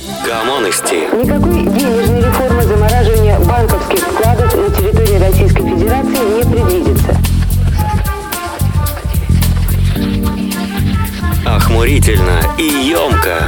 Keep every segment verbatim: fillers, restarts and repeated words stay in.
Коммунности. Никакой денежной реформы замораживания банковских вкладов на территории Российской Федерации не предвидится. Охмурительно и емко.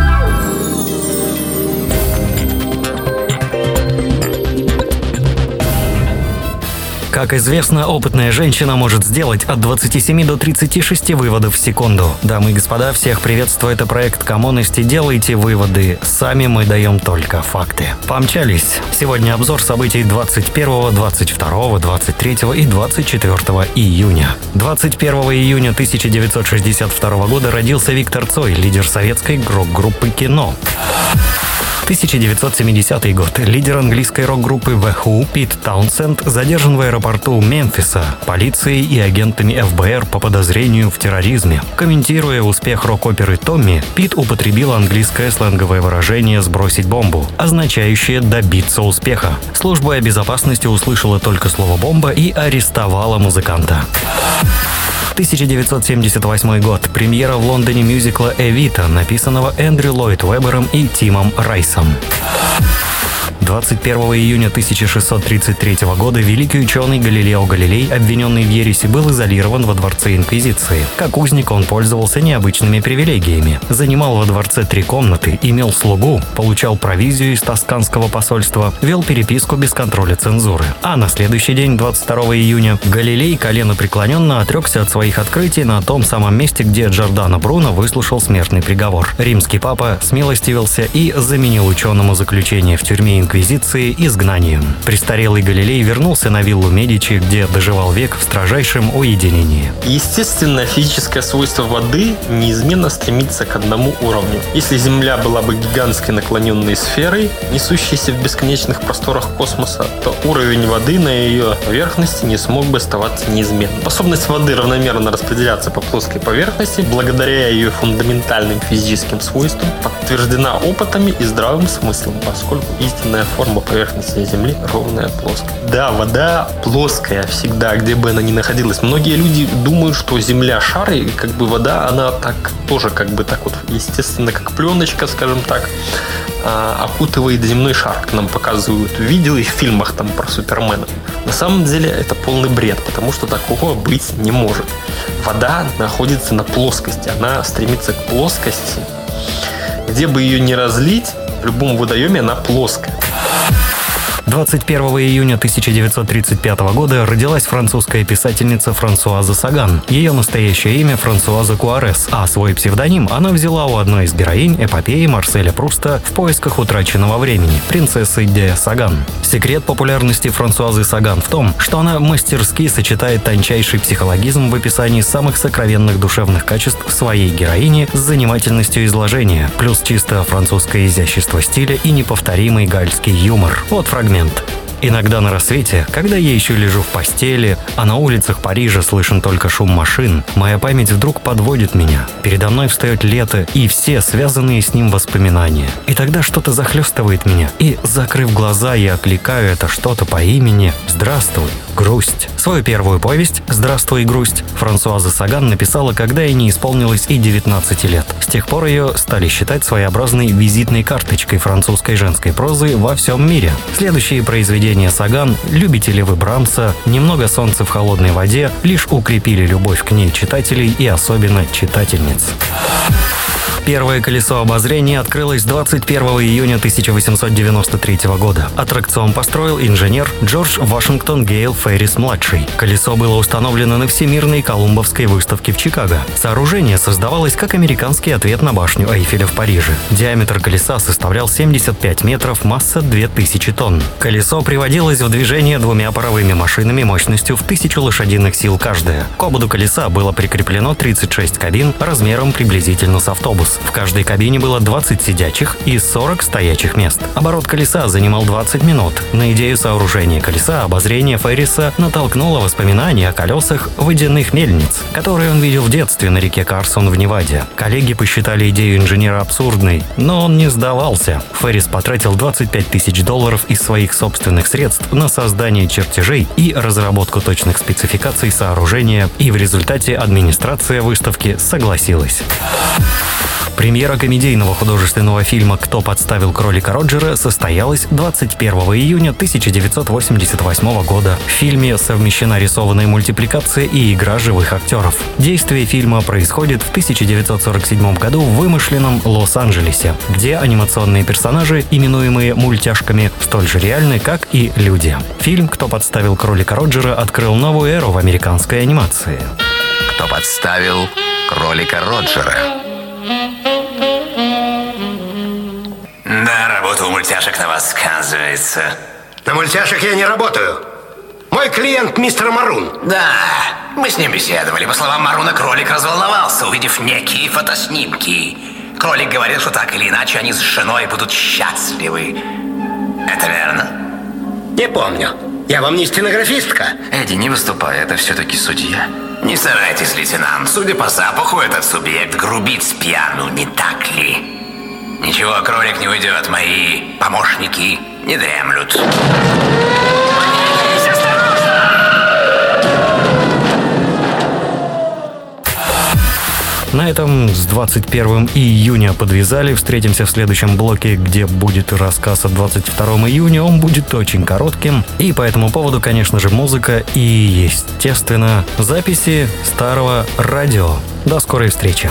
Как известно, опытная женщина может сделать от двадцати семи до тридцати шести выводов в секунду. Дамы и господа, всех приветствует и проект Коммунности. Делайте выводы. Сами мы даем только факты. Помчались. Сегодня обзор событий двадцать первого, двадцать второго, двадцать третьего и двадцать четвёртого июня. двадцать первого июня тысяча девятьсот шестьдесят второго года родился Виктор Цой, лидер советской рок-группы «Кино». тысяча девятьсот семидесятый год. Лидер английской рок-группы The Who Пит Таунсенд задержан в аэропорту Мемфиса полицией и агентами эф бэ эр по подозрению в терроризме. Комментируя успех рок-оперы «Томми», Пит употребил английское сленговое выражение «сбросить бомбу», означающее «добиться успеха». Служба безопасности услышала только слово «бомба» и арестовала музыканта. тысяча девятьсот семьдесят восьмой год. Премьера в Лондоне мюзикла «Эвита», написанного Эндрю Ллойд Уэббером и Тимом Райсом. двадцать первого июня тысяча шестьсот тридцать третьего года великий ученый Галилео Галилей, обвиненный в ереси, был изолирован во дворце Инквизиции. Как узник он пользовался необычными привилегиями. Занимал во дворце три комнаты, имел слугу, получал провизию из тосканского посольства, вел переписку без контроля цензуры. А на следующий день, двадцать второго июня, Галилей коленопреклоненно отрекся от своих открытий на том самом месте, где Джордано Бруно выслушал смертный приговор. Римский папа смилостивился и заменил ученому заключение в тюрьме Инквизиции Инквизиции изгнанием. Престарелый Галилей вернулся на виллу Медичи, где доживал век в строжайшем уединении. Естественное физическое свойство воды неизменно стремится к одному уровню. Если Земля была бы гигантской наклоненной сферой, несущейся в бесконечных просторах космоса, то уровень воды на ее поверхности не смог бы оставаться неизменным. Способность воды равномерно распределяться по плоской поверхности, благодаря ее фундаментальным физическим свойствам, подтверждена опытами и здравым смыслом, поскольку истинная форма поверхности Земли ровная, плоская. Да, вода плоская всегда, где бы она ни находилась. Многие люди думают, что Земля шар, и как бы вода, она так тоже как бы так вот, естественно, как пленочка, скажем так, окутывает земной шар. Как нам показывают в видео и в фильмах там про Супермена. На самом деле это полный бред, потому что такого быть не может. Вода находится на плоскости, она стремится к плоскости. Где бы ее ни разлить, в любом водоеме она плоская. двадцать первого июня тысяча девятьсот тридцать пятого года родилась французская писательница Франсуаза Саган. Ее настоящее имя Франсуаза Куарес, а свой псевдоним она взяла у одной из героинь эпопеи Марселя Пруста «В поисках утраченного времени» принцессы де Саган. Секрет популярности Франсуазы Саган в том, что она мастерски сочетает тончайший психологизм в описании самых сокровенных душевных качеств своей героини с занимательностью изложения, плюс чисто французское изящество стиля и неповторимый гальский юмор. Вот фрагмент. Иногда на рассвете, когда я еще лежу в постели, а на улицах Парижа слышен только шум машин, моя память вдруг подводит меня. Передо мной встает лето и все связанные с ним воспоминания. И тогда что-то захлестывает меня, и, закрыв глаза, я окликаю это что-то по имени «Здравствуй, грусть». Свою первую повесть «Здравствуй, грусть» Франсуаза Саган написала, когда ей не исполнилось и девятнадцати лет. С тех пор ее стали считать своеобразной визитной карточкой французской женской прозы во всем мире. Следующие произведения Саган «Любите ли вы Брамса», «Немного солнца в холодной воде» лишь укрепили любовь к ней читателей и особенно читательниц. Первое колесо обозрения открылось двадцать первого июня тысяча восемьсот девяносто третьего года. Аттракцион построил инженер Джордж Вашингтон Гейл Феррис-младший. Колесо было установлено на Всемирной Колумбовской выставке в Чикаго. Сооружение создавалось как американский ответ на башню Эйфеля в Париже. Диаметр колеса составлял семьдесят пять метров, масса две тысячи тонн. Колесо приводилось в движение двумя паровыми машинами мощностью в тысячу лошадиных сил каждая. К ободу колеса было прикреплено тридцать шесть кабин размером приблизительно с автобус. В каждой кабине было двадцать сидячих и сорок стоячих мест. Оборот колеса занимал двадцать минут. На идею сооружения колеса обозрение Ферриса натолкнуло воспоминания о колесах водяных мельниц, которые он видел в детстве на реке Карсон в Неваде. Коллеги посчитали идею инженера абсурдной, но он не сдавался. Феррис потратил двадцать пять тысяч долларов из своих собственных средств на создание чертежей и разработку точных спецификаций сооружения, и в результате администрация выставки согласилась. Премьера комедийного художественного фильма «Кто подставил кролика Роджера» состоялась двадцать первого июня тысяча девятьсот восемьдесят восьмого года. В фильме совмещена рисованная мультипликация и игра живых актеров. Действие фильма происходит в тысяча девятьсот сорок седьмом году в вымышленном Лос-Анджелесе, где анимационные персонажи, именуемые мультяшками, столь же реальны, как и люди. Фильм «Кто подставил кролика Роджера» открыл новую эру в американской анимации. Кто подставил кролика Роджера? Да, работа у мультяшек на вас сказывается. На мультяшек я не работаю. Мой клиент мистер Марун. Да, мы с ним беседовали. По словам Маруна, кролик разволновался, увидев некие фотоснимки. Кролик говорил, что так или иначе они с женой будут счастливы. Это верно? Не помню. Я вам не стенографистка. Эдди, не выступай, это все-таки судья. Не старайтесь, лейтенант. Судя по запаху, этот субъект грубит с пьяну, не так ли? Ничего, кролик не уйдет. Мои помощники не дремлют. На этом с двадцать первого июня подвязали. Встретимся в следующем блоке, где будет рассказ о двадцать второго июня. Он будет очень коротким. И по этому поводу, конечно же, музыка и, естественно, записи старого радио. До скорой встречи.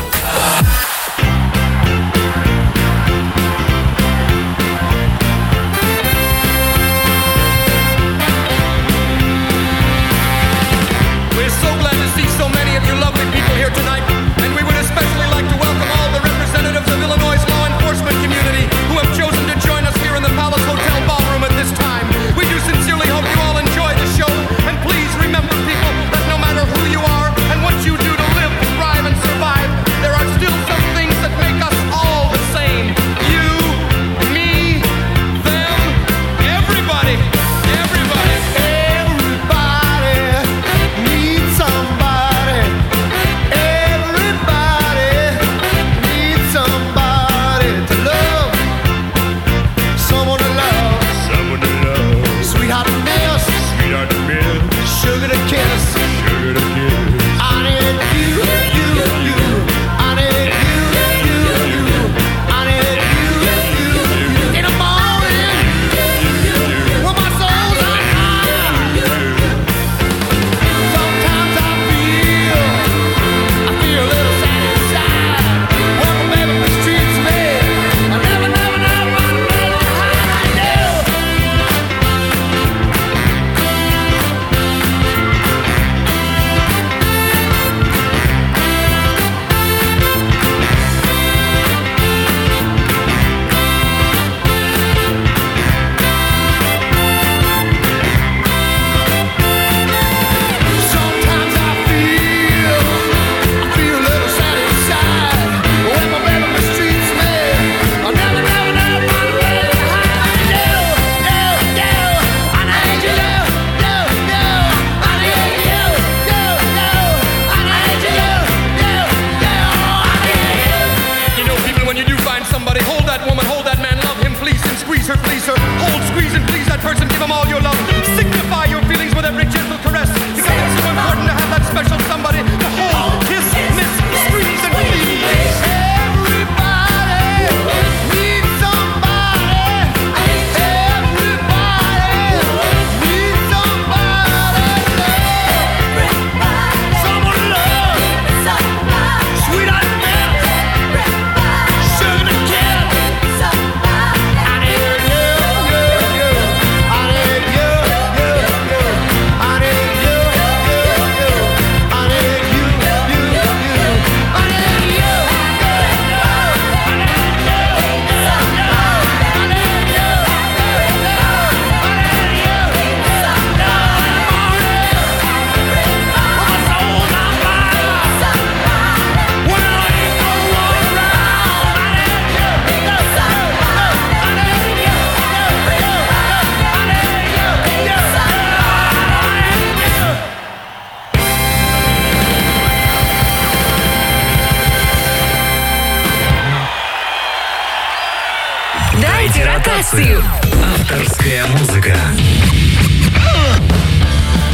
Дайте ротацию. Авторская музыка.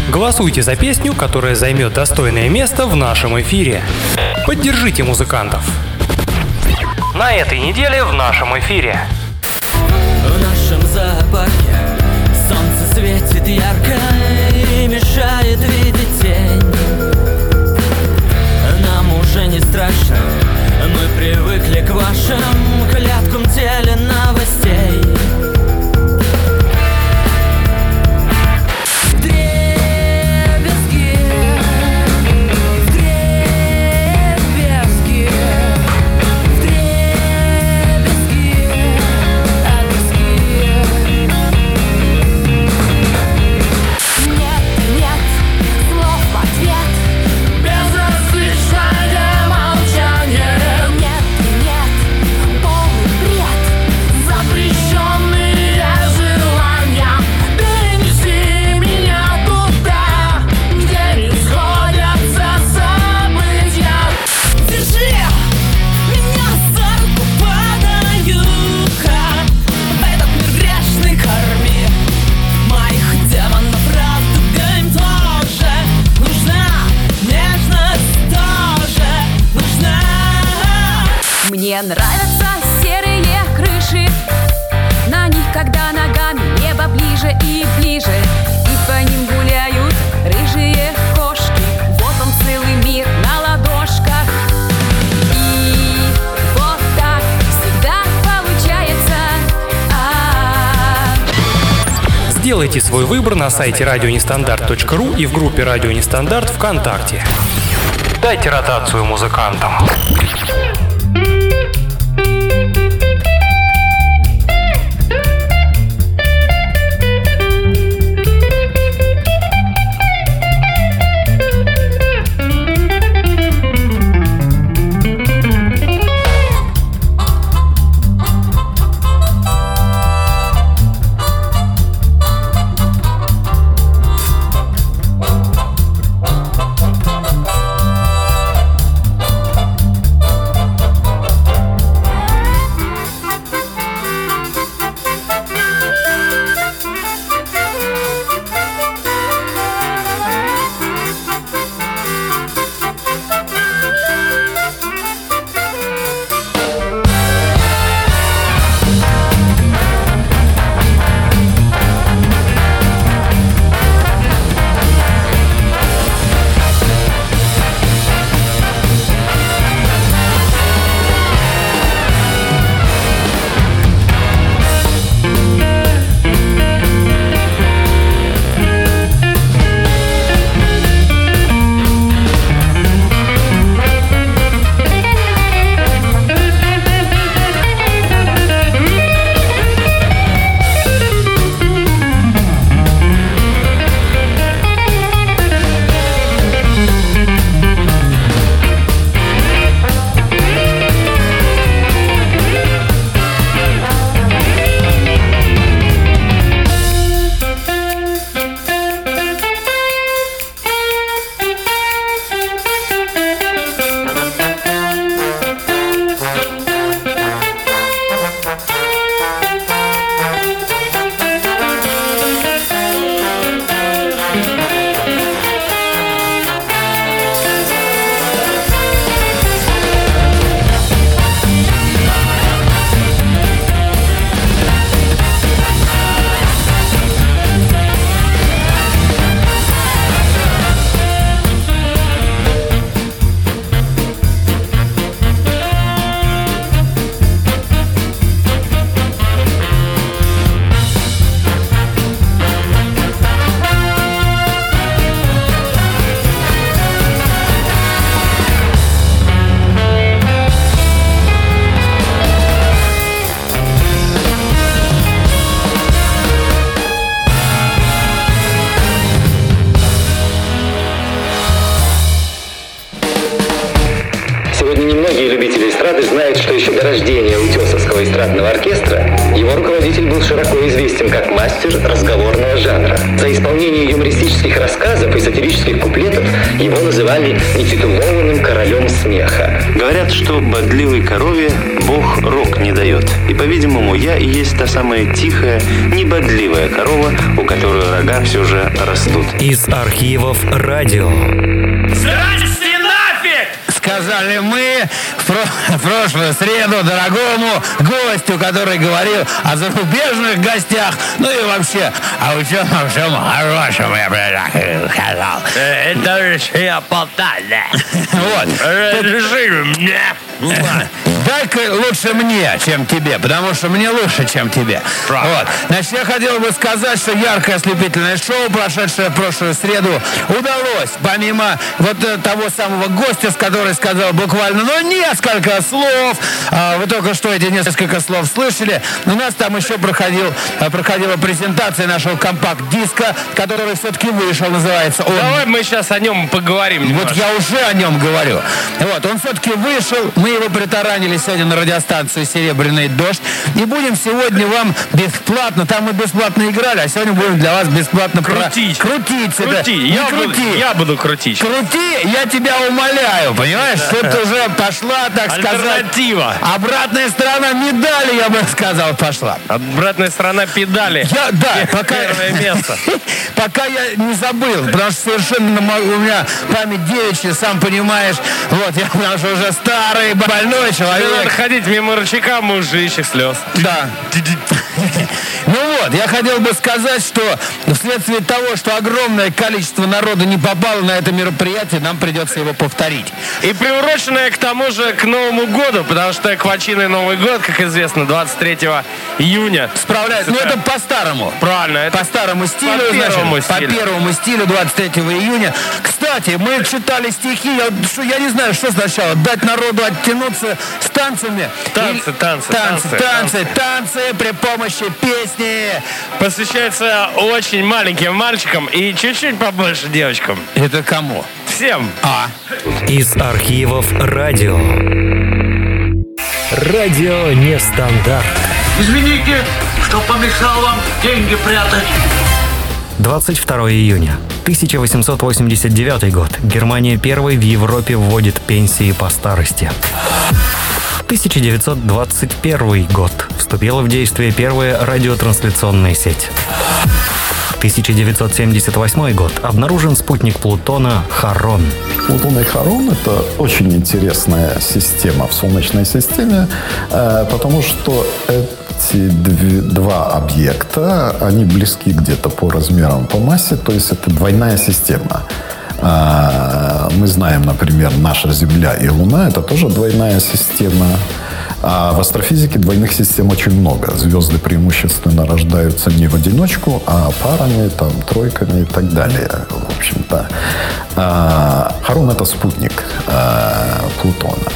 Голосуйте за песню, которая займет достойное место в нашем эфире. Поддержите музыкантов. На этой неделе в нашем эфире. В нашем зоопарке солнце светит ярко и мешает видеть тень. Нам уже не страшно, мы привыкли к вашим клеткам теленовостей. Мне нравятся серые крыши, на них, когда ногами небо ближе и ближе, и по ним гуляют рыжие кошки. Вот он, целый мир на ладошках. И вот так всегда получается. А-а-а. Сделайте свой выбор на сайте радио нестандарт точка ру и в группе «Радио Нестандарт» ВКонтакте. Дайте ротацию музыкантам. года. Его руководитель был широко известен как мастер разговорного жанра. За исполнение юмористических рассказов и сатирических куплетов его называли нетитулованным королем смеха. Говорят, что бодливой корове Бог рог не дает. И, по-видимому, я и есть та самая тихая, небодливая корова, у которой рога все же растут. Из архивов радио. Срачьте нафиг! Сказали мы в, про- в прошлую среду дорогому гостю, который говорил о зарубежных гостях, ну и вообще о чем, о чем хорошем я сказал. Это же я Полтаве. Вот. Разреши мне. Дай-ка лучше мне, чем тебе, потому что мне лучше, чем тебе. Вот. Значит, я хотел бы сказать, что яркое ослепительное шоу, прошедшее в прошлую среду, удалось, помимо вот того самого гостя, с которым сказал буквально, ну, несколько слов. А, вы только что эти несколько слов слышали. У нас там еще проходил, проходила презентация нашего компакт-диска, который все-таки вышел, называется он. Давай мы сейчас о нем поговорим немножко. Вот я уже о нем говорю. Вот, он все-таки вышел, мы его притаранили сегодня на радиостанцию «Серебряный дождь». И будем сегодня вам бесплатно, там мы бесплатно играли, а сегодня будем для вас бесплатно крутить. Про... Крутить. Крути. Это... Я, крути. буду, я буду крутить. Крути, я тебя умоляю, понимаешь? Тут уже пошла, так сказать... Альтернатива. Обратная сторона медали, я бы сказал, пошла. Обратная сторона педали. Я, да, пока... Первое место. Пока я не забыл, потому что совершенно у меня память девичья, сам понимаешь. Вот, я потому что уже старый, больной человек. Не надо ходить мимо рычага мужичьих слез. Да. Ну вот, я хотел бы сказать, что вследствие того, что огромное количество народа не попало на это мероприятие, нам придется его повторить. И приуроченное к тому же к Новому году, потому что квачиный Новый год, как известно, двадцать третьего июня. Справляется. Ну это по-старому. Правильно. Это по старому стилю. По первому значит, стилю. По первому стилю двадцать третьего июня. Кстати, мы читали стихи. Я, я не знаю, что сначала. Дать народу оттянуться с танцами. Танцы, Или... танцы, танцы, танцы, танцы, танцы при помощи песни. Посвящается очень маленьким мальчикам и чуть-чуть побольше девочкам. Это кому? Всем. А. Из архивов радио. Радио Нестандарт. Извините, что помешал вам деньги прятать. двадцать второго июня тысяча восемьсот восемьдесят девятый год. Германия первой в Европе вводит пенсии по старости. тысяча девятьсот двадцать первый год. Вступила в действие первая радиотрансляционная сеть. тысяча девятьсот семьдесят восьмой год. Обнаружен спутник Плутона Харон. Плутон и Харон — это очень интересная система в Солнечной системе, потому что эти два объекта, они близки где-то по размерам, по массе, то есть это двойная система. Мы знаем, например, наша Земля и Луна — это тоже двойная система. А в астрофизике двойных систем очень много. Звезды преимущественно рождаются не в одиночку, а парами, там, тройками и так далее. В общем-то, Харон — это спутник Плутона.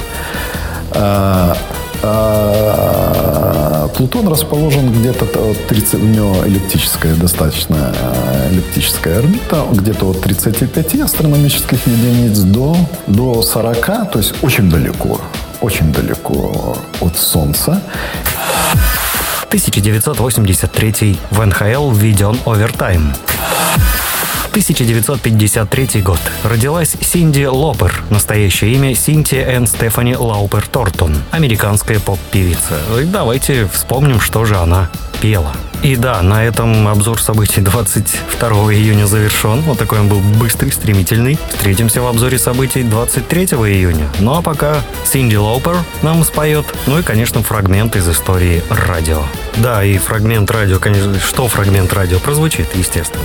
Плутон расположен где-то от тридцати, у него эллиптическая, достаточно эллиптическая орбита, где-то от тридцати пяти астрономических единиц до, до сорока, то есть очень далеко, очень далеко от Солнца. тысяча девятьсот восемьдесят третий. В эн ха эл введен овертайм. тысяча девятьсот пятьдесят третий год. Родилась Синди Лопер. Настоящее имя Синтия Энн Стефани Лаупер Тортон. Американская поп-певица. И давайте вспомним, что же она пела. И да, на этом обзор событий двадцать второго июня завершен. Вот такой он был быстрый, стремительный. Встретимся в обзоре событий двадцать третьего июня. Ну а пока Синди Лопер нам споет. Ну и, конечно, фрагмент из истории радио. Да, и фрагмент радио, конечно, что фрагмент радио прозвучит, естественно.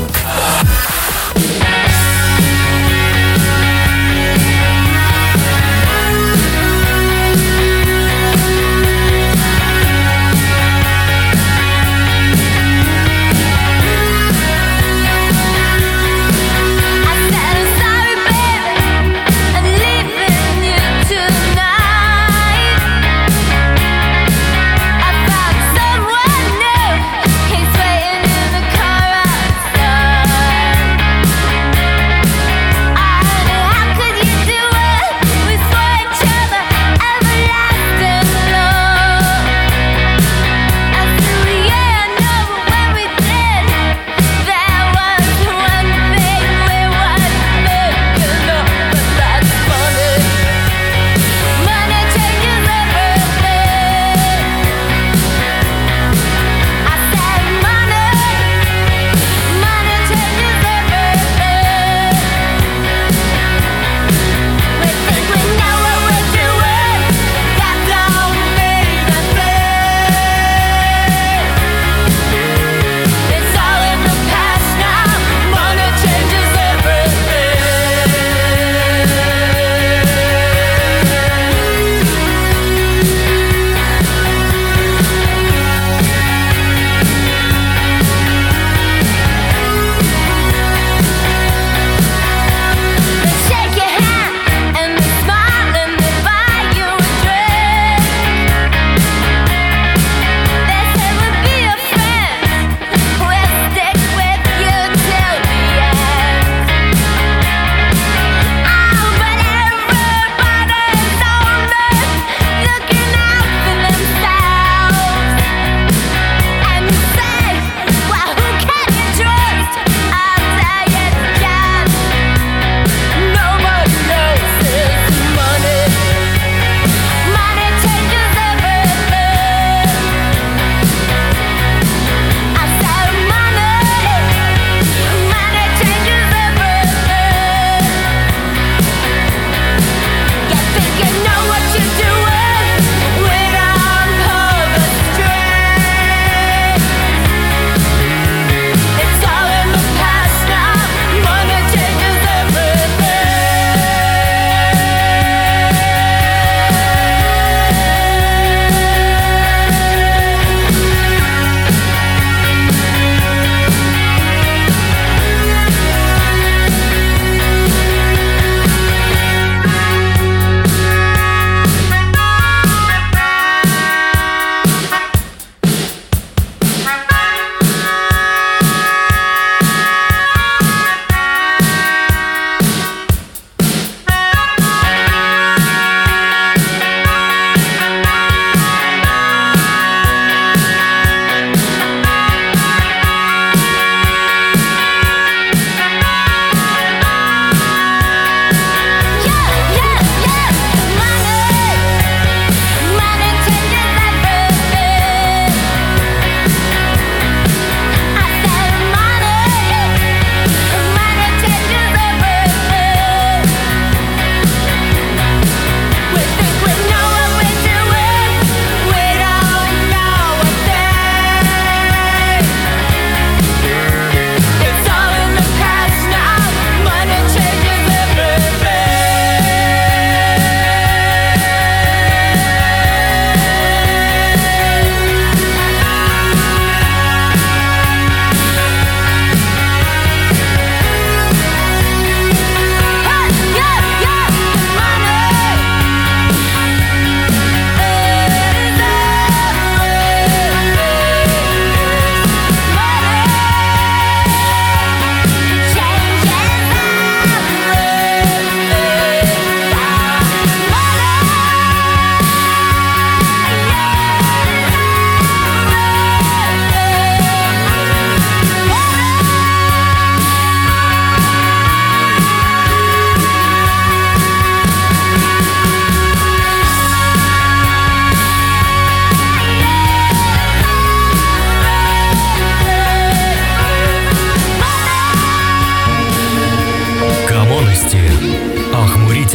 He's waiting in the car outside.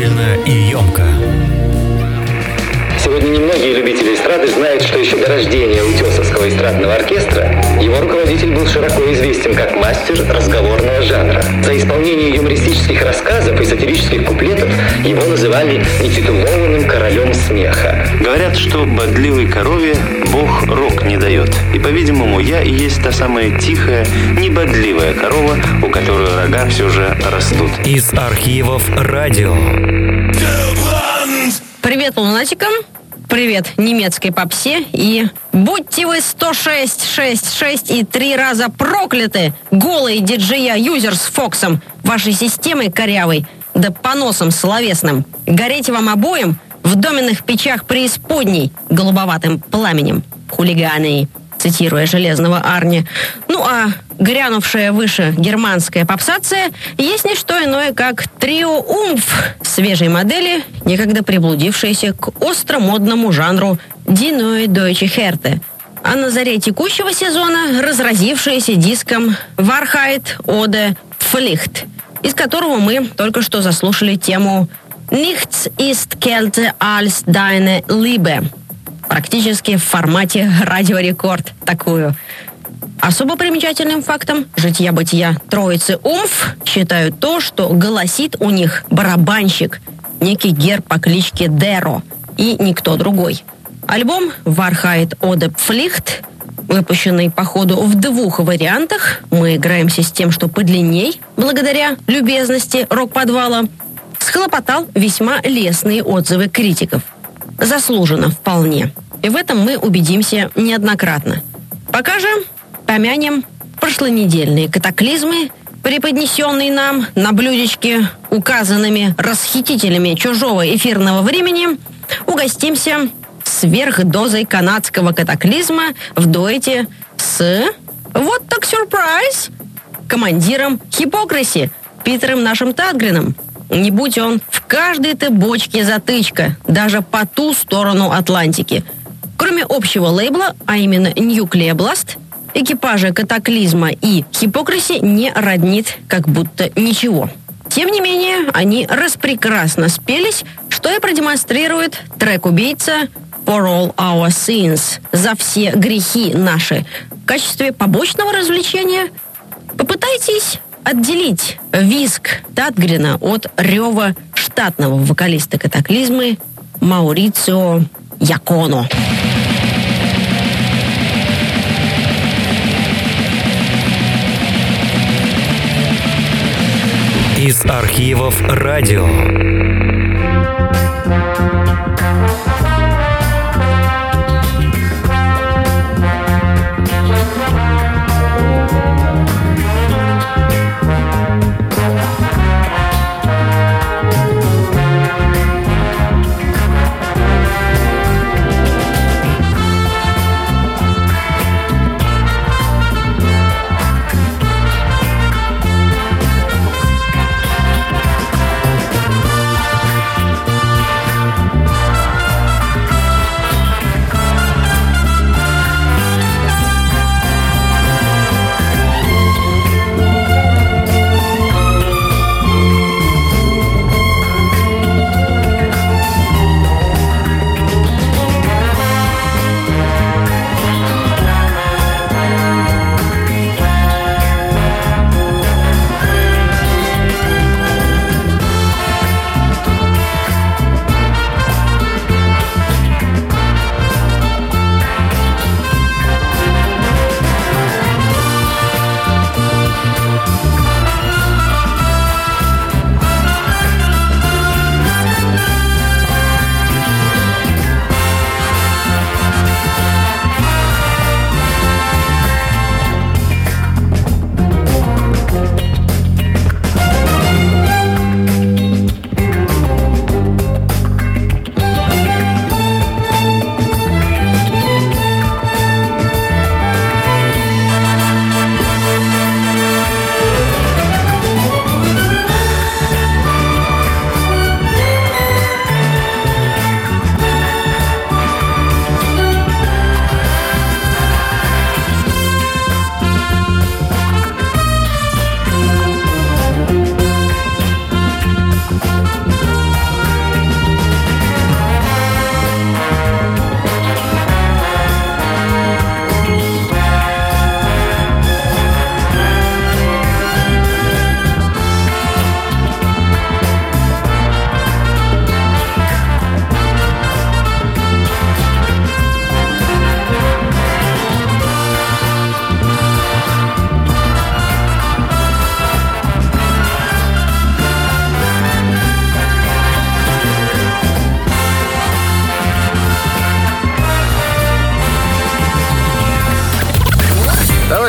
Содержательно и емко. Сегодня немногие любители эстрады знают, что еще до рождения Утесовского эстрадного оркестра его руководитель был широко известен как мастер разговорного жанра. За исполнение юмористических рассказов и сатирических куплетов его называли нетитулованным королем смеха. Говорят, что бодливой корове Бог рог не дает. И, по-видимому, я и есть та самая тихая, небодливая корова, у которой рога все же растут. Из архивов радио. Привет лунатикам, привет немецкой попсе и будьте вы сто шесть шесть шесть и три раза прокляты, голые диджея юзер с Фоксом, вашей системой корявой, да поносом словесным. Гореть вам обоим в доменных печах преисподней голубоватым пламенем, хулиганы, цитируя Железного Арни. Ну а грянувшая выше германская попсация есть не что иное, как трио «Умф» свежей модели, некогда приблудившиеся к остромодному жанру «Die Neue Deutsche Härte», а на заре текущего сезона разразившиеся диском «Wahrheit oder Pflicht», из которого мы только что заслушали тему «Nichts ist kälter als deine Liebe», практически в формате радиорекорд такую. Особо примечательным фактом житья-бытия троицы «Умф» считают то, что голосит у них барабанщик, некий герб по кличке Деро, и никто другой. Альбом «Wahrheit oder Pflicht», выпущенный по ходу в двух вариантах, мы играемся с тем, что подлинней, благодаря любезности рок-подвала, схлопотал весьма лестные отзывы критиков. Заслуженно вполне. И в этом мы убедимся неоднократно. Пока же помянем прошлонедельные катаклизмы, преподнесенные нам на блюдечке указанными расхитителями чужого эфирного времени, угостимся сверхдозой канадского катаклизма в дуэте с, вот так сюрприз, командиром Hypocrisy Питером нашим Татгреном. Не будь он в каждой-то бочке затычка, даже по ту сторону Атлантики. Кроме общего лейбла, а именно Nuclear Blast, экипажа катаклизма и Hypocrisy не роднит как будто ничего. Тем не менее, они распрекрасно спелись, что и продемонстрирует трек-убийца For All Our Sins, за все грехи наши. В качестве побочного развлечения попытайтесь отделить визг Татгрена от рева штатного вокалиста катаклизмы Маурицио Яконо. Из архивов радио.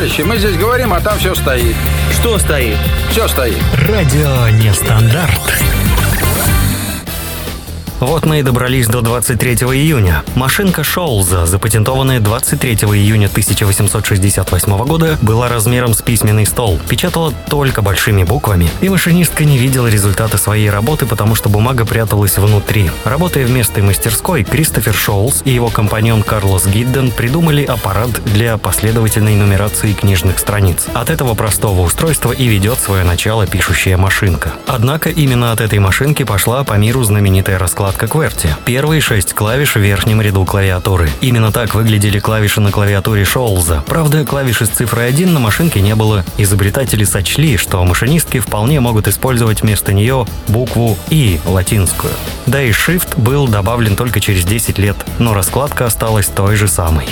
товарищи, мы здесь говорим, а там все стоит. Что стоит? Все стоит. Радио Нестандарт. Вот мы и добрались до двадцать третьего июня. Машинка Шоулза, запатентованная двадцать третьего июня тысяча восемьсот шестьдесят восьмого года, была размером с письменный стол, печатала только большими буквами, и машинистка не видела результата своей работы, потому что бумага пряталась внутри. Работая в местной мастерской, Кристофер Шоулз и его компаньон Карлос Гидден придумали аппарат для последовательной нумерации книжных страниц. От этого простого устройства и ведет свое начало пишущая машинка. Однако именно от этой машинки пошла по миру знаменитая раскладка QWERTY. Первые шесть клавиш в верхнем ряду клавиатуры. Именно так выглядели клавиши на клавиатуре Шоулза. Правда, клавиши с цифрой один на машинке не было. Изобретатели сочли, что машинистки вполне могут использовать вместо нее букву «И» латинскую. Да и Shift был добавлен только через десять лет, но раскладка осталась той же самой.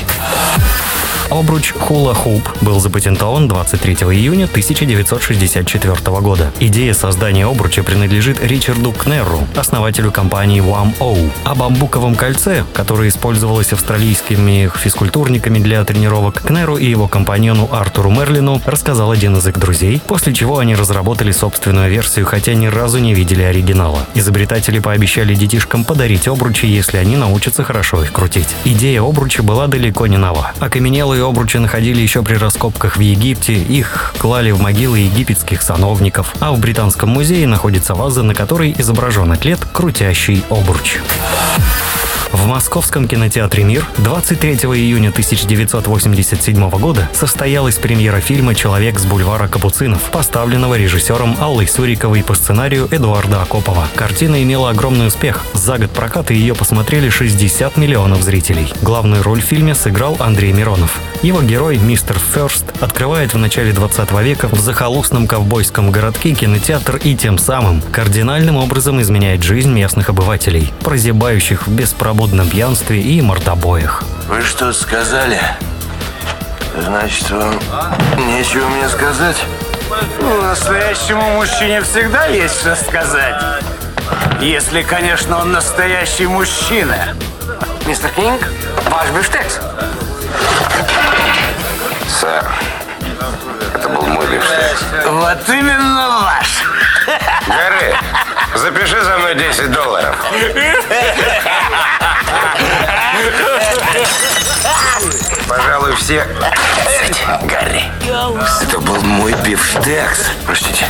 Обруч Hula Hoop был запатентован двадцать третьего июня тысяча девятьсот шестьдесят четвёртого года. Идея создания обруча принадлежит Ричарду Кнерру, основателю компании Wham-O. О бамбуковом кольце, которое использовалось австралийскими физкультурниками для тренировок, Кнерру и его компаньону Артуру Мерлину рассказал один из их друзей, после чего они разработали собственную версию, хотя ни разу не видели оригинала. Изобретатели пообещали детишкам подарить обручи, если они научатся хорошо их крутить. Идея обруча была далеко не нова. Окаменелые обручи находили еще при раскопках в Египте, их клали в могилы египетских сановников, а в Британском музее находится ваза, на которой изображен атлет, крутящий обруч. В Московском кинотеатре «Мир» двадцать третьего июня тысяча девятьсот восемьдесят седьмого года состоялась премьера фильма «Человек с бульвара Капуцинов», поставленного режиссером Аллой Суриковой по сценарию Эдуарда Акопова. Картина имела огромный успех. За год проката ее посмотрели шестьдесят миллионов зрителей. Главную роль в фильме сыграл Андрей Миронов. Его герой, мистер Фёрст, открывает в начале двадцатого века в захолустном ковбойском городке кинотеатр и тем самым кардинальным образом изменяет жизнь местных обывателей, прозябающих в беспробудном пьянстве и мордобоях. Вы что-то сказали? Значит, вам нечего мне сказать? Ну, настоящему мужчине всегда есть что сказать. Если, конечно, он настоящий мужчина. Мистер Кинг, ваш бифштекс. Сэр, это был мой бифштекс. Вот именно ваш. Гарри, запиши за мной десять долларов. Пожалуй, все... Гарри, это был мой бифштекс. Простите.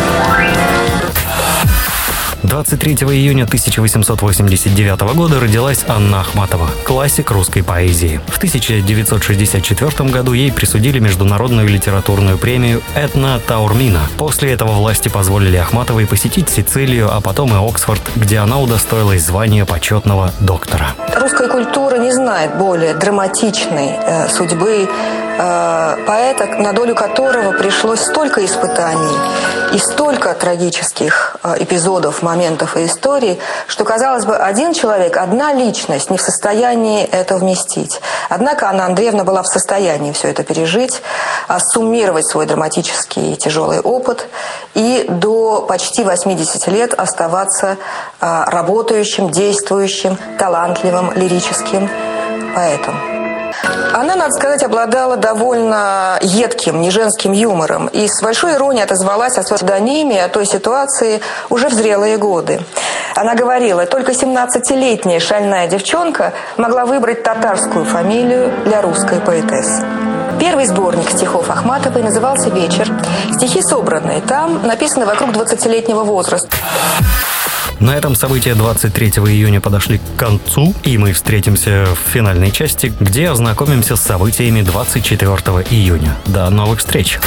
двадцать третьего июня тысяча восемьсот восемьдесят девятого года родилась Анна Ахматова, классик русской поэзии. В тысяча девятьсот шестьдесят четвёртом году ей присудили международную литературную премию «Этна Таурмина». После этого власти позволили Ахматовой посетить Сицилию, а потом и Оксфорд, где она удостоилась звания почетного доктора. Русская культура не знает более драматичной э, судьбы э, поэта, на долю которого пришлось столько испытаний и столько трагических э, эпизодов, моментов и историй, что, казалось бы, один человек, одна личность не в состоянии это вместить. Однако Анна Андреевна была в состоянии все это пережить, суммировать свой драматический тяжелый опыт и до почти восьмидесяти лет оставаться работающим, действующим, талантливым, лирическим поэтом. Она, надо сказать, обладала довольно едким, неженским юмором и с большой иронией отозвалась о своем псевдониме, о той ситуации уже в зрелые годы. Она говорила, только семнадцатилетняя шальная девчонка могла выбрать татарскую фамилию для русской поэтессы. Первый сборник стихов Ахматовой назывался «Вечер». Стихи собранные, там написаны вокруг двадцатилетнего возраста. На этом события двадцать третьего июня подошли к концу, и мы встретимся в финальной части, где ознакомимся с событиями двадцать четвёртого июня. До новых встреч!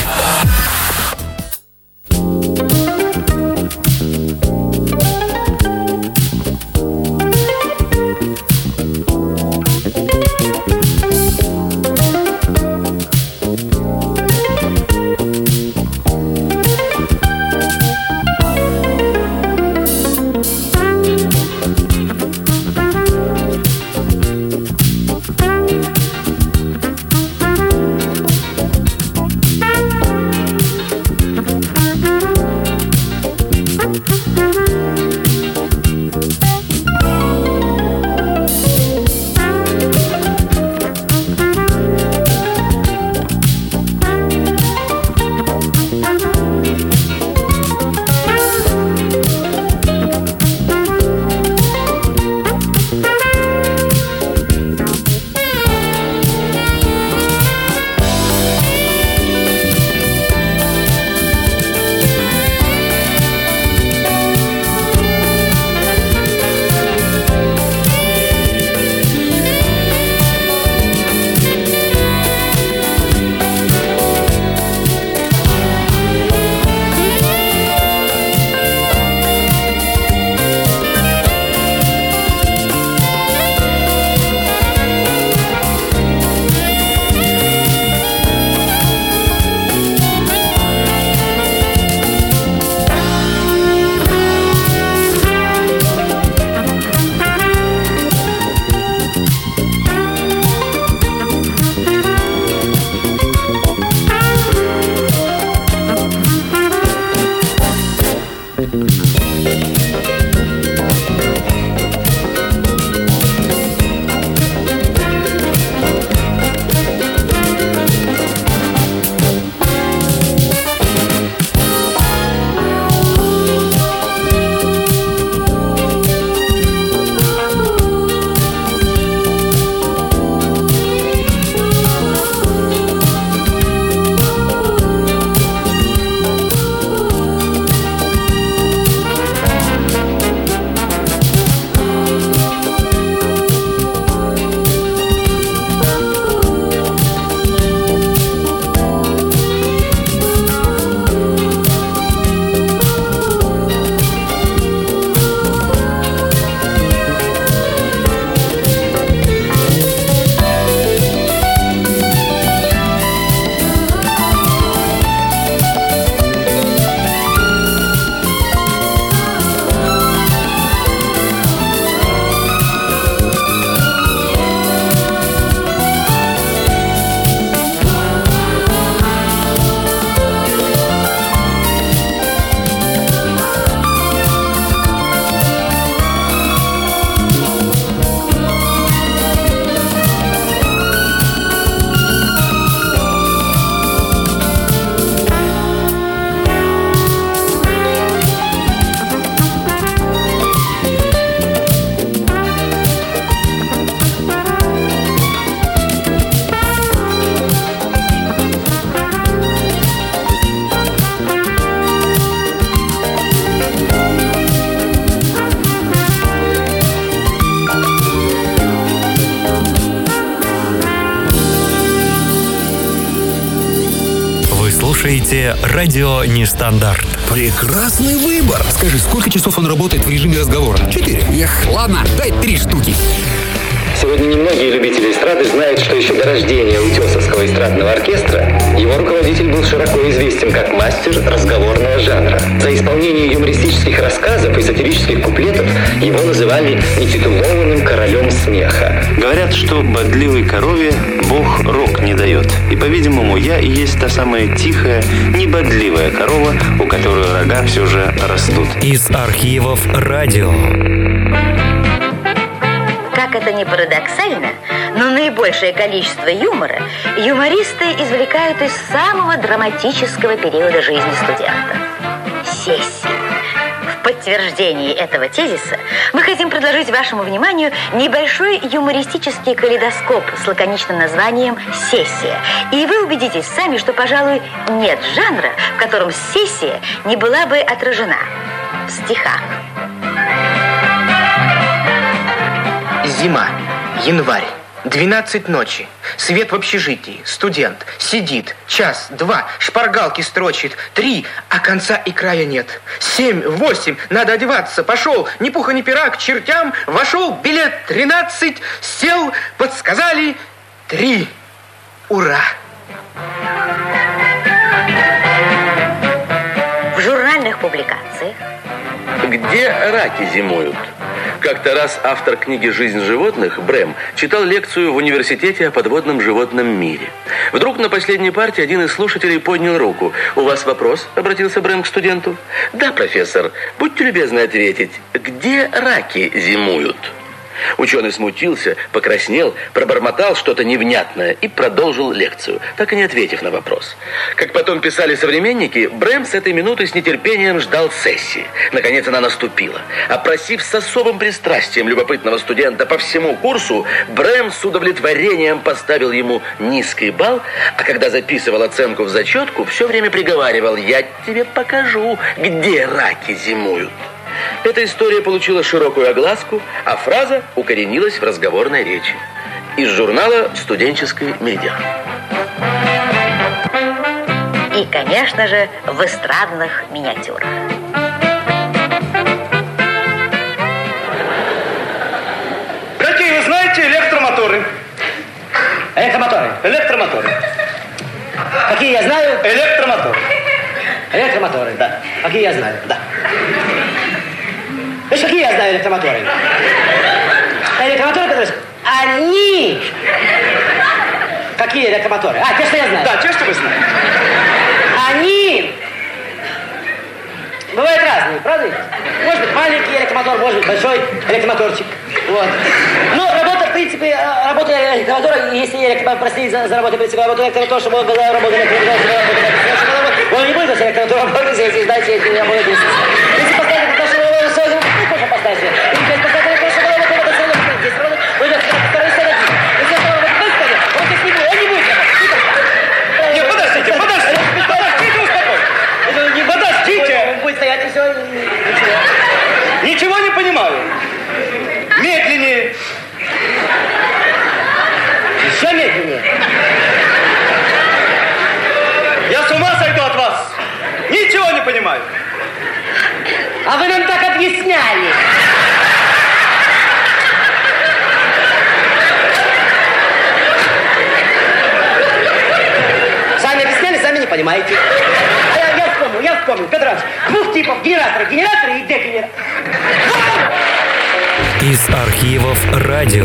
слушаете «Радио Нестандарт». Прекрасный выбор. Скажи, сколько часов он работает в режиме разговора? Четыре. Эх, ладно, дай три штуки. Сегодня немногие любители эстрады знают, что еще до рождения Утесовского эстрадного оркестра его руководитель был широко известен как мастер разговорного жанра. За исполнение юмористических рассказов и сатирических куплетов его называли нетитулованным королем смеха. Говорят, что бодливой корове Бог рог не дает. И, по-видимому, я и есть та самая тихая, небодливая корова, у которой рога все же растут. Из архивов радио. Как это ни парадоксально, но наибольшее количество юмора юмористы извлекают из самого драматического периода жизни студента – сессии. В подтверждении этого тезиса мы хотим предложить вашему вниманию небольшой юмористический калейдоскоп с лаконичным названием «Сессия». И вы убедитесь сами, что, пожалуй, нет жанра, в котором сессия не была бы отражена в стихах. Зима, январь, двенадцать ночи, свет в общежитии, студент, сидит, час, два, шпаргалки строчит, три, а конца и края нет. Семь, восемь, надо одеваться, пошел, ни пуха, ни пера, к чертям, вошел, билет тринадцать, сел, подсказали, три, ура! В журнальных публикациях. Где раки зимуют? Как-то раз автор книги «Жизнь животных» Брэм читал лекцию в университете о подводном животном мире. Вдруг на последней партии один из слушателей поднял руку. «У вас вопрос?» – обратился Брэм к студенту. «Да, профессор. Будьте любезны ответить, где раки зимуют?» Ученый смутился, покраснел, пробормотал что-то невнятное и продолжил лекцию, так и не ответив на вопрос. Как потом писали современники, Брэм с этой минуты с нетерпением ждал сессии. Наконец она наступила. Опросив с особым пристрастием любопытного студента по всему курсу, Брэм с удовлетворением поставил ему низкий балл, а когда записывал оценку в зачетку, все время приговаривал: «Я тебе покажу, где раки зимуют». Эта история получила широкую огласку, а фраза укоренилась в разговорной речи. Из журнала «Студенческий меридиан». И, конечно же, в эстрадных миниатюрах. Какие вы знаете электромоторы? Электромоторы? Электромоторы. Какие я знаю? Электромоторы. Электромоторы? Да. Какие я знаю? Да. Знаешь, какие я знаю электромоторы? Электромоторы, которые... Они! Какие электромоторы? А, те, что я знаю. Да, те, что вы знаете. Они! Бывают разные, правда? Может быть, маленький электромотор, может быть, большой электромоторчик. Вот. Но работа, в принципе, работа электромотора, если электромотор, простите за, за работу, в принципе, работа электромотора, чтобы когда работа электромотора, он не будет за электромотор работать, если ждать, если не работает. Если поставить на то, что вы можно поставить. Если поставить на то, что вы работаете, то здесь работает, вы же второй садик. Если это вот вы сказали, он здесь не будет, он не будет работать. Нет, подождите, подождите, подождите, успокойтесь. Не подождите. Он будет стоять и все. Ничего не понимаю. Медленнее. Еще медленнее. Я с ума сойду от вас. Ничего не понимаю. А вы нам так объясняли. Сами объясняли, сами не понимаете. А я, я вспомнил, я вспомнил, Петр Иванович, двух типов генераторы, генераторы и дегенераторы. Из архивов радио.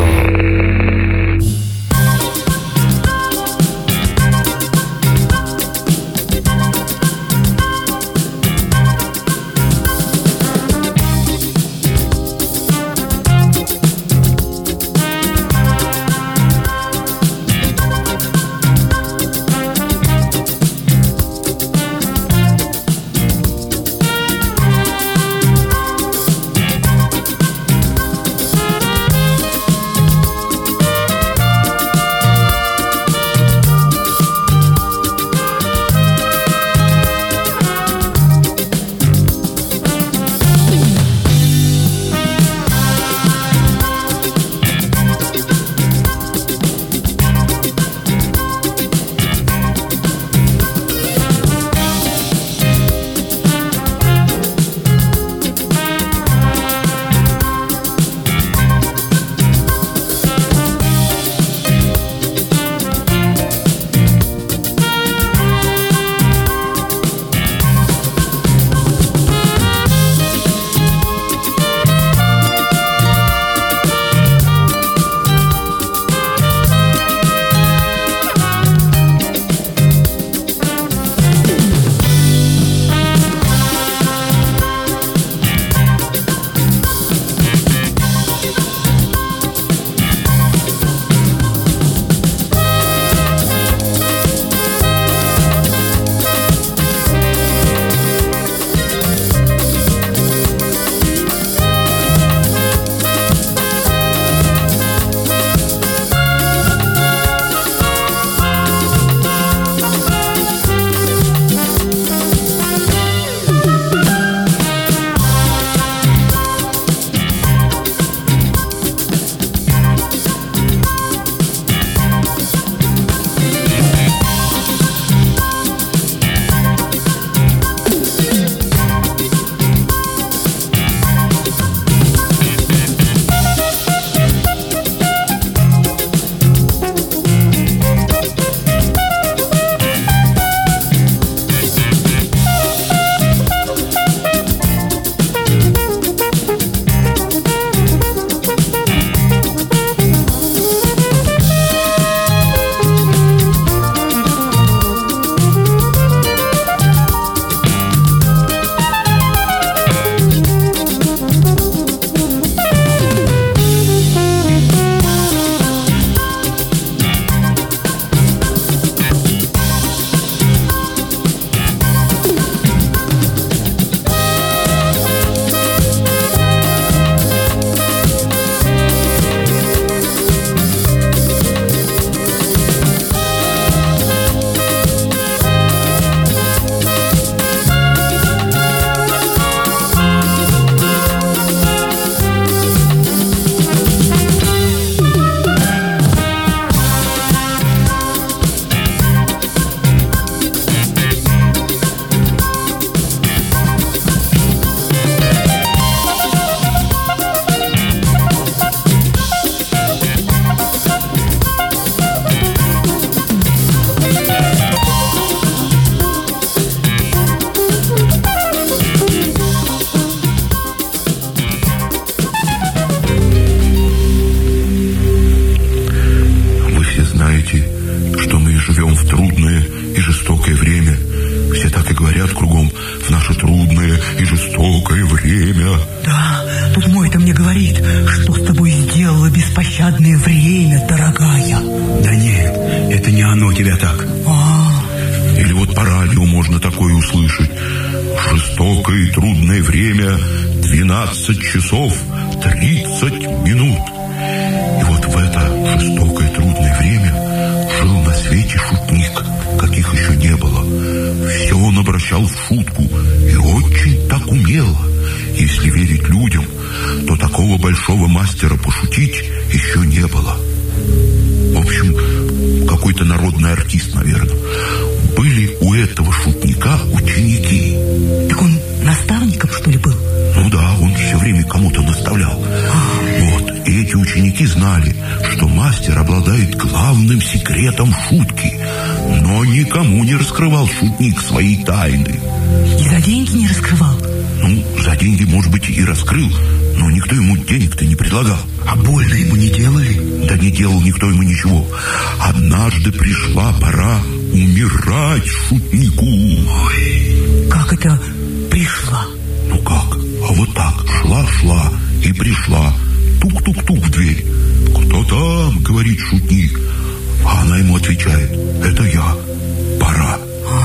Или вот по радио можно такое услышать. Жестокое и трудное время двенадцать часов тридцать минут. И вот в это жестокое трудное время жил на свете шутник, каких еще не было. Все он обращал в шутку и очень так умело. Если верить людям, то такого большого мастера пошутить еще не было. В общем, какой-то народный артист, наверное. Были у этого шутника ученики. Так он наставником, что ли, был? Ну да, он все время кому-то наставлял. Вот, и эти ученики знали, что мастер обладает главным секретом шутки. Но никому не раскрывал шутник свои тайны. И за деньги не раскрывал? Ну, за деньги, может быть, и раскрыл, но никто ему денег-то не предлагал. А больно ему не делали? Да не делал никто ему ничего. Однажды пришла пора умирать шутнику. Ой, как это пришла? Ну как? А вот так, шла-шла и пришла. Тук-тук-тук в дверь. «Кто там?» — говорит шутник. А она ему отвечает: «Это я. Пора».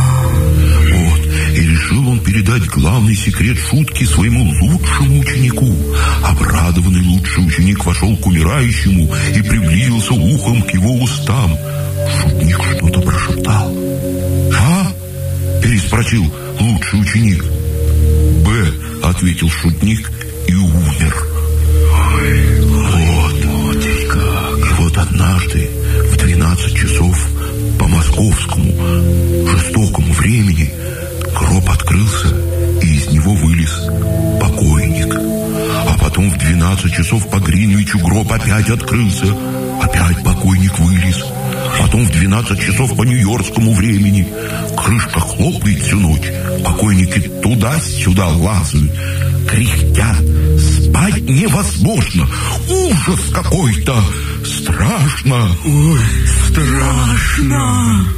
Вот. И решил он передать главный секрет шутки своему лучшему ученику. Обрадованный лучший ученик вошел к умирающему и приблизился ухом к его устам. Шутник что-то прошептал. «А?» — переспросил лучший ученик. «Б», — ответил шутник и умер. Ой, вот, вот и как. И вот однажды в двенадцать часов по московскому жестокому времени гроб открылся, и из него вылез покойник. А потом в двенадцать часов по Гринвичу гроб опять открылся, опять покойник вылез. Потом в двенадцать часов по нью-йоркскому времени крышка хлопает всю ночь, покойники туда-сюда лазают, кряхтят, спать невозможно, ужас какой-то, страшно, ой, страшно.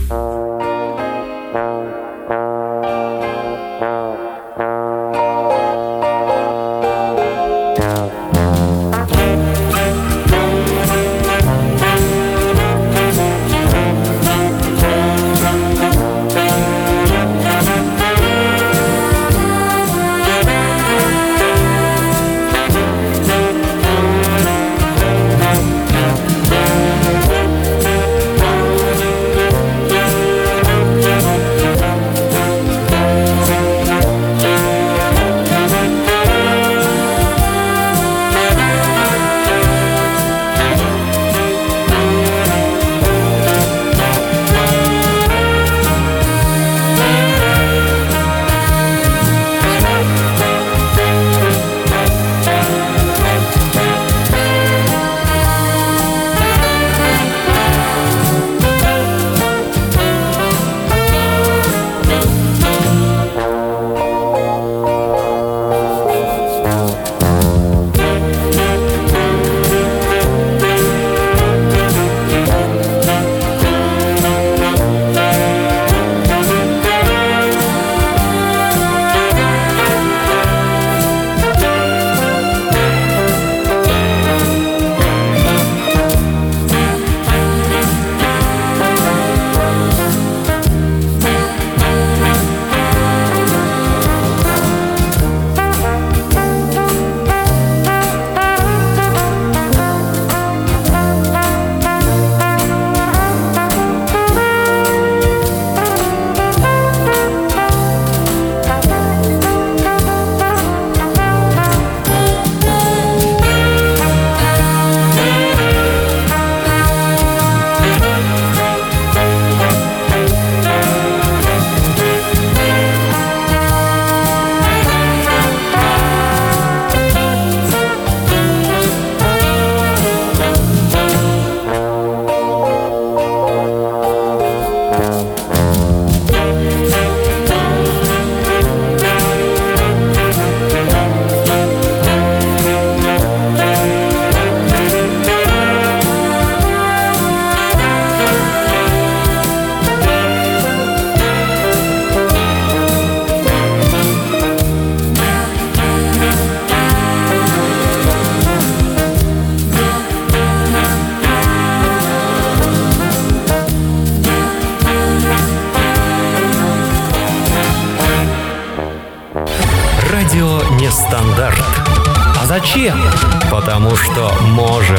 Радио Нестандарт. А зачем? Потому что можем.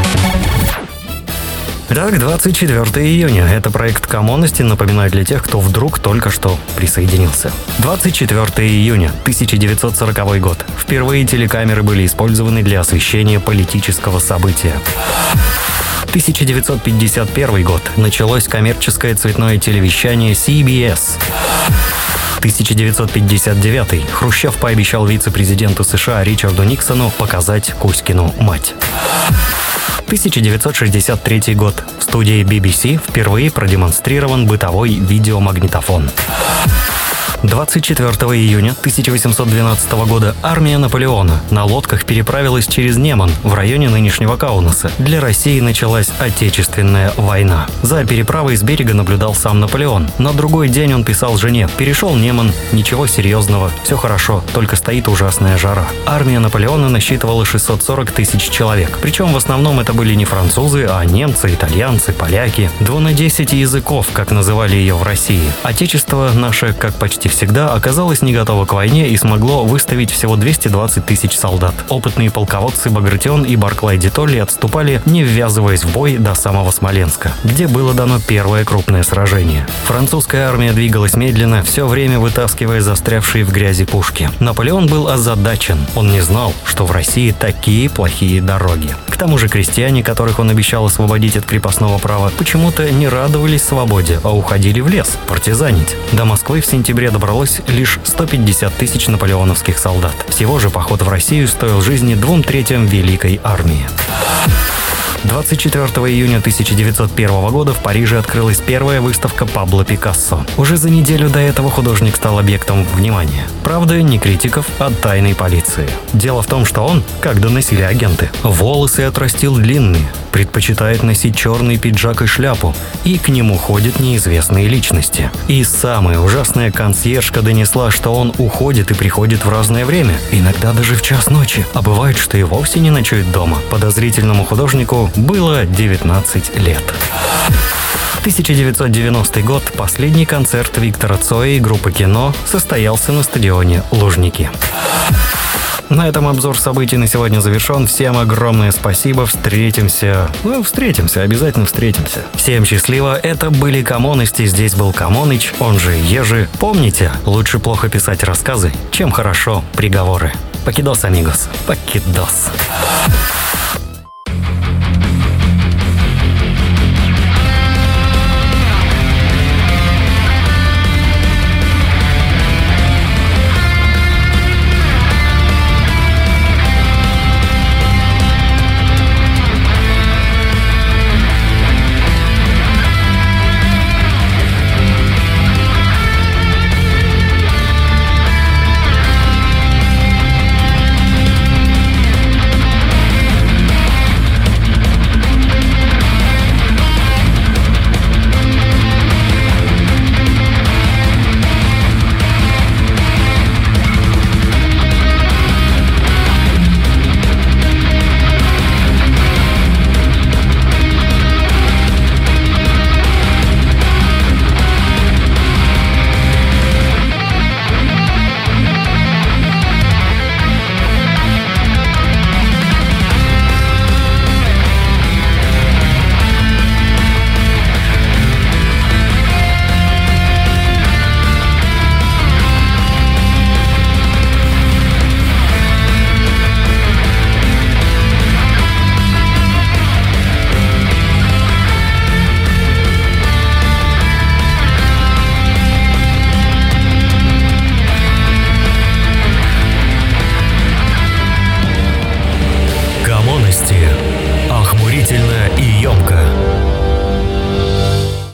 Итак, двадцать четвёртого июня. Это проект Коммонности, напоминаю для тех, кто вдруг только что присоединился. двадцать четвёртого июня тысяча девятьсот сороковой год. Впервые телекамеры были использованы для освещения политического события. тысяча девятьсот пятьдесят первый год. Началось коммерческое цветное телевещание си би эс. тысяча девятьсот пятьдесят девятый. Хрущев пообещал вице-президенту США Ричарду Никсону показать Кузькину мать. тысяча девятьсот шестьдесят третий год. В студии би би си впервые продемонстрирован бытовой видеомагнитофон. двадцать четвёртого июня тысяча восемьсот двенадцатого года армия Наполеона на лодках переправилась через Неман в районе нынешнего Каунаса. Для России началась Отечественная война. За переправой с берега наблюдал сам Наполеон. На другой день он писал жене: «Перешел Неман, ничего серьезного, все хорошо, только стоит ужасная жара». Армия Наполеона насчитывала шестьсот сорок тысяч человек. Причем в основном это были не французы, а немцы, итальянцы, поляки. Два на десять языков, как называли ее в России. Отечество наше, как почти всегда, оказалось не готово к войне и смогло выставить всего двести двадцать тысяч солдат. Опытные полководцы Багратион и Барклай де Толли отступали, не ввязываясь в бой до самого Смоленска, где было дано первое крупное сражение. Французская армия двигалась медленно, все время вытаскивая застрявшие в грязи пушки. Наполеон был озадачен. Он не знал, что в России такие плохие дороги. К тому же крестьяне, которых он обещал освободить от крепостного права, почему-то не радовались свободе, а уходили в лес партизанить. До Москвы в сентябре добралось лишь сто пятьдесят тысяч наполеоновских солдат. Всего же поход в Россию стоил жизни двум третьим Великой армии. двадцать четвёртого июня тысяча девятьсот первого года в Париже открылась первая выставка Пабло Пикассо. Уже за неделю до этого художник стал объектом внимания. Правда, не критиков, а тайной полиции. Дело в том, что он, как доносили агенты, волосы отрастил длинные, предпочитает носить черный пиджак и шляпу, и к нему ходят неизвестные личности. И самое ужасное, консьержка донесла, что он уходит и приходит в разное время, иногда даже в час ночи, а бывает, что и вовсе не ночует дома. Подозрительному художнику было девятнадцать лет. тысяча девятьсот девяностый год. Последний концерт Виктора Цоя и группы «Кино» состоялся на стадионе Лужники. На этом обзор событий на сегодня завершен. Всем огромное спасибо. Встретимся. Ну, встретимся. Обязательно встретимся. Всем счастливо. Это были Коммонности. Здесь был Коммоныч, он же Ежи. Помните, лучше плохо писать рассказы, чем хорошо приговоры. Покидос, амигос. Покидос.